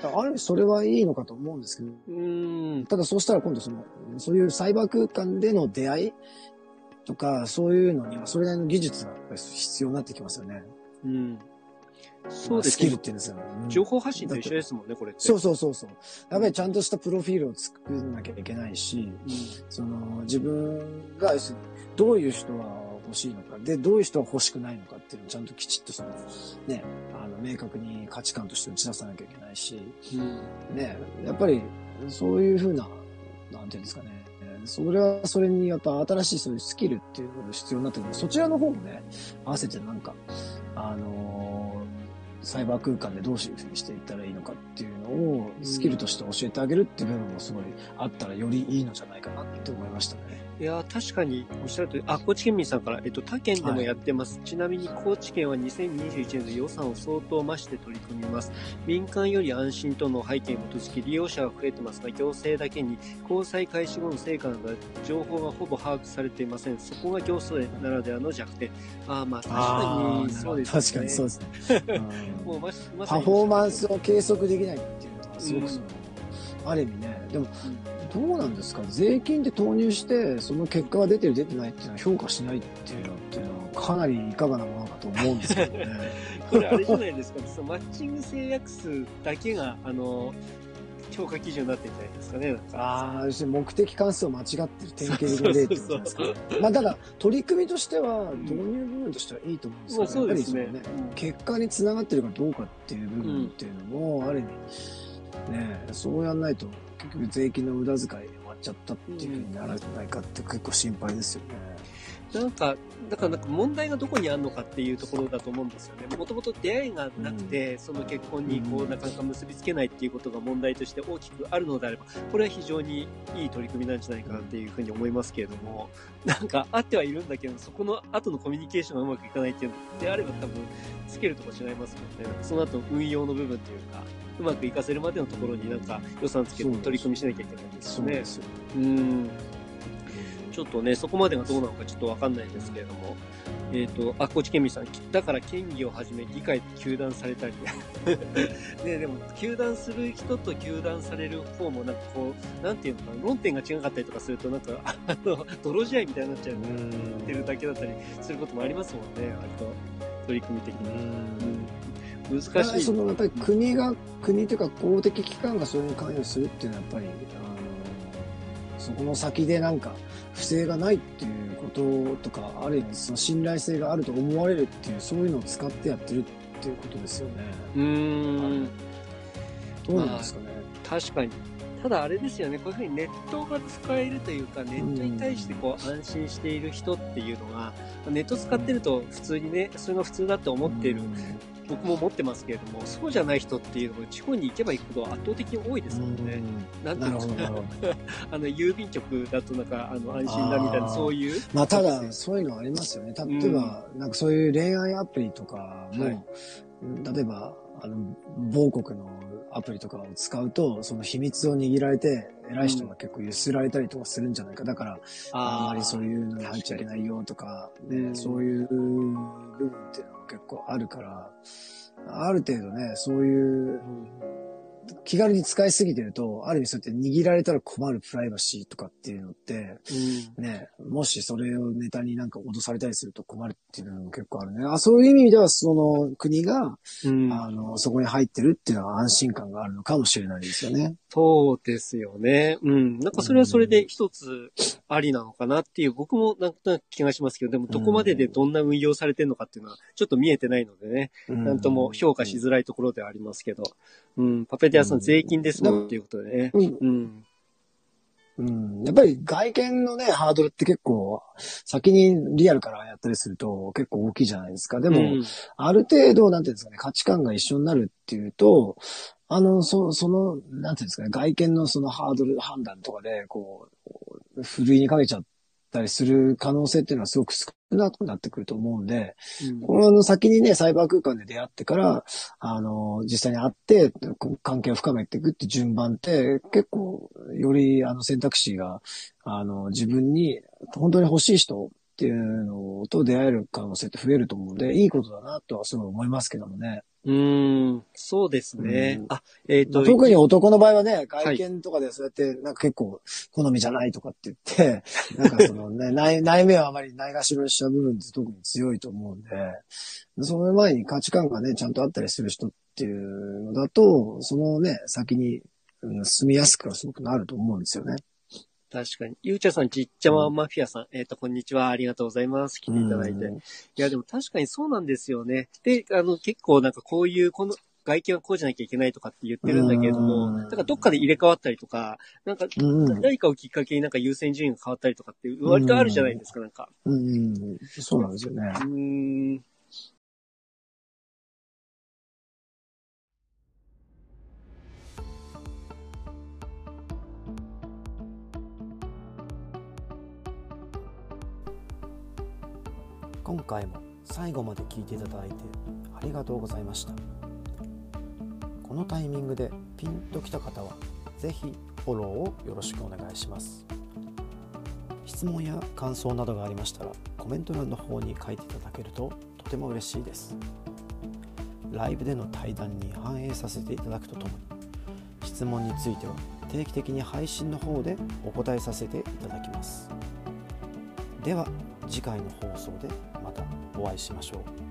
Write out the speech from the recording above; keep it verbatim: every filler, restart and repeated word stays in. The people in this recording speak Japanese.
ある意味それはいいのかと思うんですけど、 うん。 ただそうしたら今度その、そういうサイバー空間での出会いとか、そういうのにはそれなりの技術がやっぱり必要になってきますよね。 うん。そうですね。 スキルっていうんですよね。うん、 情報発信と一緒ですもんね、これって。 そうそうそうそう。やっぱりちゃんとしたプロフィールを作らなきゃいけないし、うん、その自分がどういう人は欲しいのか、で、どういう人は欲しくないのかっていうのをちゃんときちっとその、ね、あの、明確に価値観として打ち出さなきゃいけないし、うん、ね、やっぱりそういうふうな、なんていうんですかね、それはそれにやっぱ新しいそういうスキルっていうのが必要になってくるので、そちらの方もね、合わせてなんか、あのー、サイバー空間でどういうふうにしていったらいいのかっていうのをスキルとして教えてあげるっていう部分もすごいあったらよりいいのじゃないかなって思いましたね。 いや確かにおっしゃるとおり、あ、高知県民さんから、えっと、他県でもやってます。はい、ちなみに高知県はにせんにじゅういちねんの予算を相当増して取り組みます。民間より安心との背景に基づき利用者が増えてますが、行政だけに交際開始後の成果など情報がほぼ把握されていません。そこが行政ならではの弱点。ああ、まあ確かにそうですね。 確かにそうですね。 もうままパフォーマンスを計測できないっていうのはすごくその、うん、ある意味ね、でも、うん、どうなんですか、税金で投入してその結果が出てる出てないっていうのは評価しないっていうのっていうのはかなりいかがなものかと思うんですけどね。 これあれじゃないですか、そのマッチング制約数だけがあの評価基準になってるんじゃないですかね。なんかああ、要するに目的関数を間違ってる典型的な例ってことじゃないですか、ね。まあただ取り組みとしては導入部分としてはいいと思うんですけど、うん、そうですね、やっぱりそのね、うん、結果につながってるかどうかっていう部分っていうのも、うん、ある意味ね、そうやんないと結局税金の無駄遣いで終わっちゃったっていうふうにならないかって結構心配ですよね。 なんか、だからなんか問題がどこにあるのかっていうところだと思うんですよね。もともと出会いがなくて、うん、その結婚にこうなかなか結びつけないっていうことが問題として大きくあるのであれば、これは非常にいい取り組みなんじゃないかなっていうふうに思いますけれども、なんかあってはいるんだけど、そこの後のコミュニケーションがうまくいかないっていうのであれば多分つけるとこ違いますもんね。その後運用の部分っていうか、うまくいかせるまでのところになんか予算つけて取り組みしなきゃいけないんですよね。うーん。ちょっとね、そこまでがどうなのかちょっとわかんないですけれども。えっ、ー、と、あ、高知県民さん、だから県議をはじめ議会で糾弾されたり。ね、でも、糾弾する人と糾弾される方もなんかこう、なんていうのかな、論点が違かったりとかすると、なんか、あの、泥試合みたいになっちゃうってるだけだったりすることもありますもんね、割と。取り組み的に。うん、難しい。 その、やっぱり国が、国というか公的機関がそれに関与するっていうのはやっぱり、そこの先でなんか不正がないっていうこととか、ある意味その信頼性があると思われるっていう、そういうのを使ってやってるっていうことですよね。 うーん。 どうなんですかね。 まあ、確かに。ただあれですよね、こういうふうにネットが使えるというか、ネットに対してこう安心している人っていうのが、ネット使ってると普通にね、それが普通だって思っている。僕も持ってますけれども、そうじゃない人っていうのも地方に行けば行くほど圧倒的に多いですもんね。んなんていうのかな。あの、郵便局だとなんか、あの、安心だみたいな、そういう。 まあ、ただ、そういうのありますよね。例えば、うん、なんかそういう恋愛アプリとかも、はい、例えば、あの、某国のアプリとかを使うと、その秘密を握られて、偉い人が結構ゆすられたりとかするんじゃないか。だから、あまりそういうのに入っちゃいけないよとか、ね、そういう部分っていうのは結構あるから、ある程度ね、そういう、気軽に使いすぎてると、ある意味そうやって握られたら困るプライバシーとかっていうのって、うん、ね、もしそれをネタになんか脅されたりすると困るっていうのも結構あるね。あ、そういう意味ではその国が、うん、あの、そこに入ってるっていうのは安心感があるのかもしれないですよね。 そうですよね。うん。なんかそれはそれで一つありなのかなっていう、僕もなんとなく気がしますけど、でもどこまででどんな運用されてるのかっていうのはちょっと見えてないのでね、うん、なんとも評価しづらいところではありますけど、うん、パペティアさん税金ですもんっていうことでね。うん。うんうん、やっぱり外見のね、ハードルって結構、先にリアルからやったりすると結構大きいじゃないですか。でも、うん、ある程度、なんていうんですかね、価値観が一緒になるっていうと、あの、そその、なんていうんですかね、外見のそのハードル判断とかで、こう、ふるいにかけちゃったりする可能性っていうのはすごく少なくなってくると思うんで、うん、この先にね、サイバー空間で出会ってから、あの、実際に会って、関係を深めていくって順番って、結構、より、あの、選択肢が、あの、自分に、本当に欲しい人っていうのと出会える可能性って増えると思うんで、いいことだなとはすごい思いますけどもね。 うーん、そうですね。 うんあ、えっ、と、 特に男の場合はね、外見とかでそうやって、なんか結構好みじゃないとかって言って、なんかそのね、内、内面はあまりないがしろにした部分って特に強いと思うんで、その前に価値観がね、ちゃんとあったりする人っていうのだと、そのね、先に、うん、進みやすくはすごくなると思うんですよね。 確かに。ゆうちゃさん、ちっちゃまマフィアさん、えっ、と、こんにちは。ありがとうございます。来ていただいて。 うんいや、でも確かにそうなんですよね。で、あの、結構なんかこういう、この、外見はこうじゃなきゃいけないとかって言ってるんだけれども、 うんなんかどっかで入れ替わったりとか、なんか、 うん何かをきっかけになんか優先順位が変わったりとかってうん割とあるじゃないですか、なんか。 うん、そうなんですよね。 うーん。 今回も最後まで聞いていただいてありがとうございました。このタイミングでピンときた方はぜひフォローをよろしくお願いします。質問や感想などがありましたらコメント欄の方に書いていただけるととても嬉しいです。ライブでの対談に反映させていただくとともに、質問については定期的に配信の方でお答えさせていただきます。では次回の放送でまたお会いしましょう。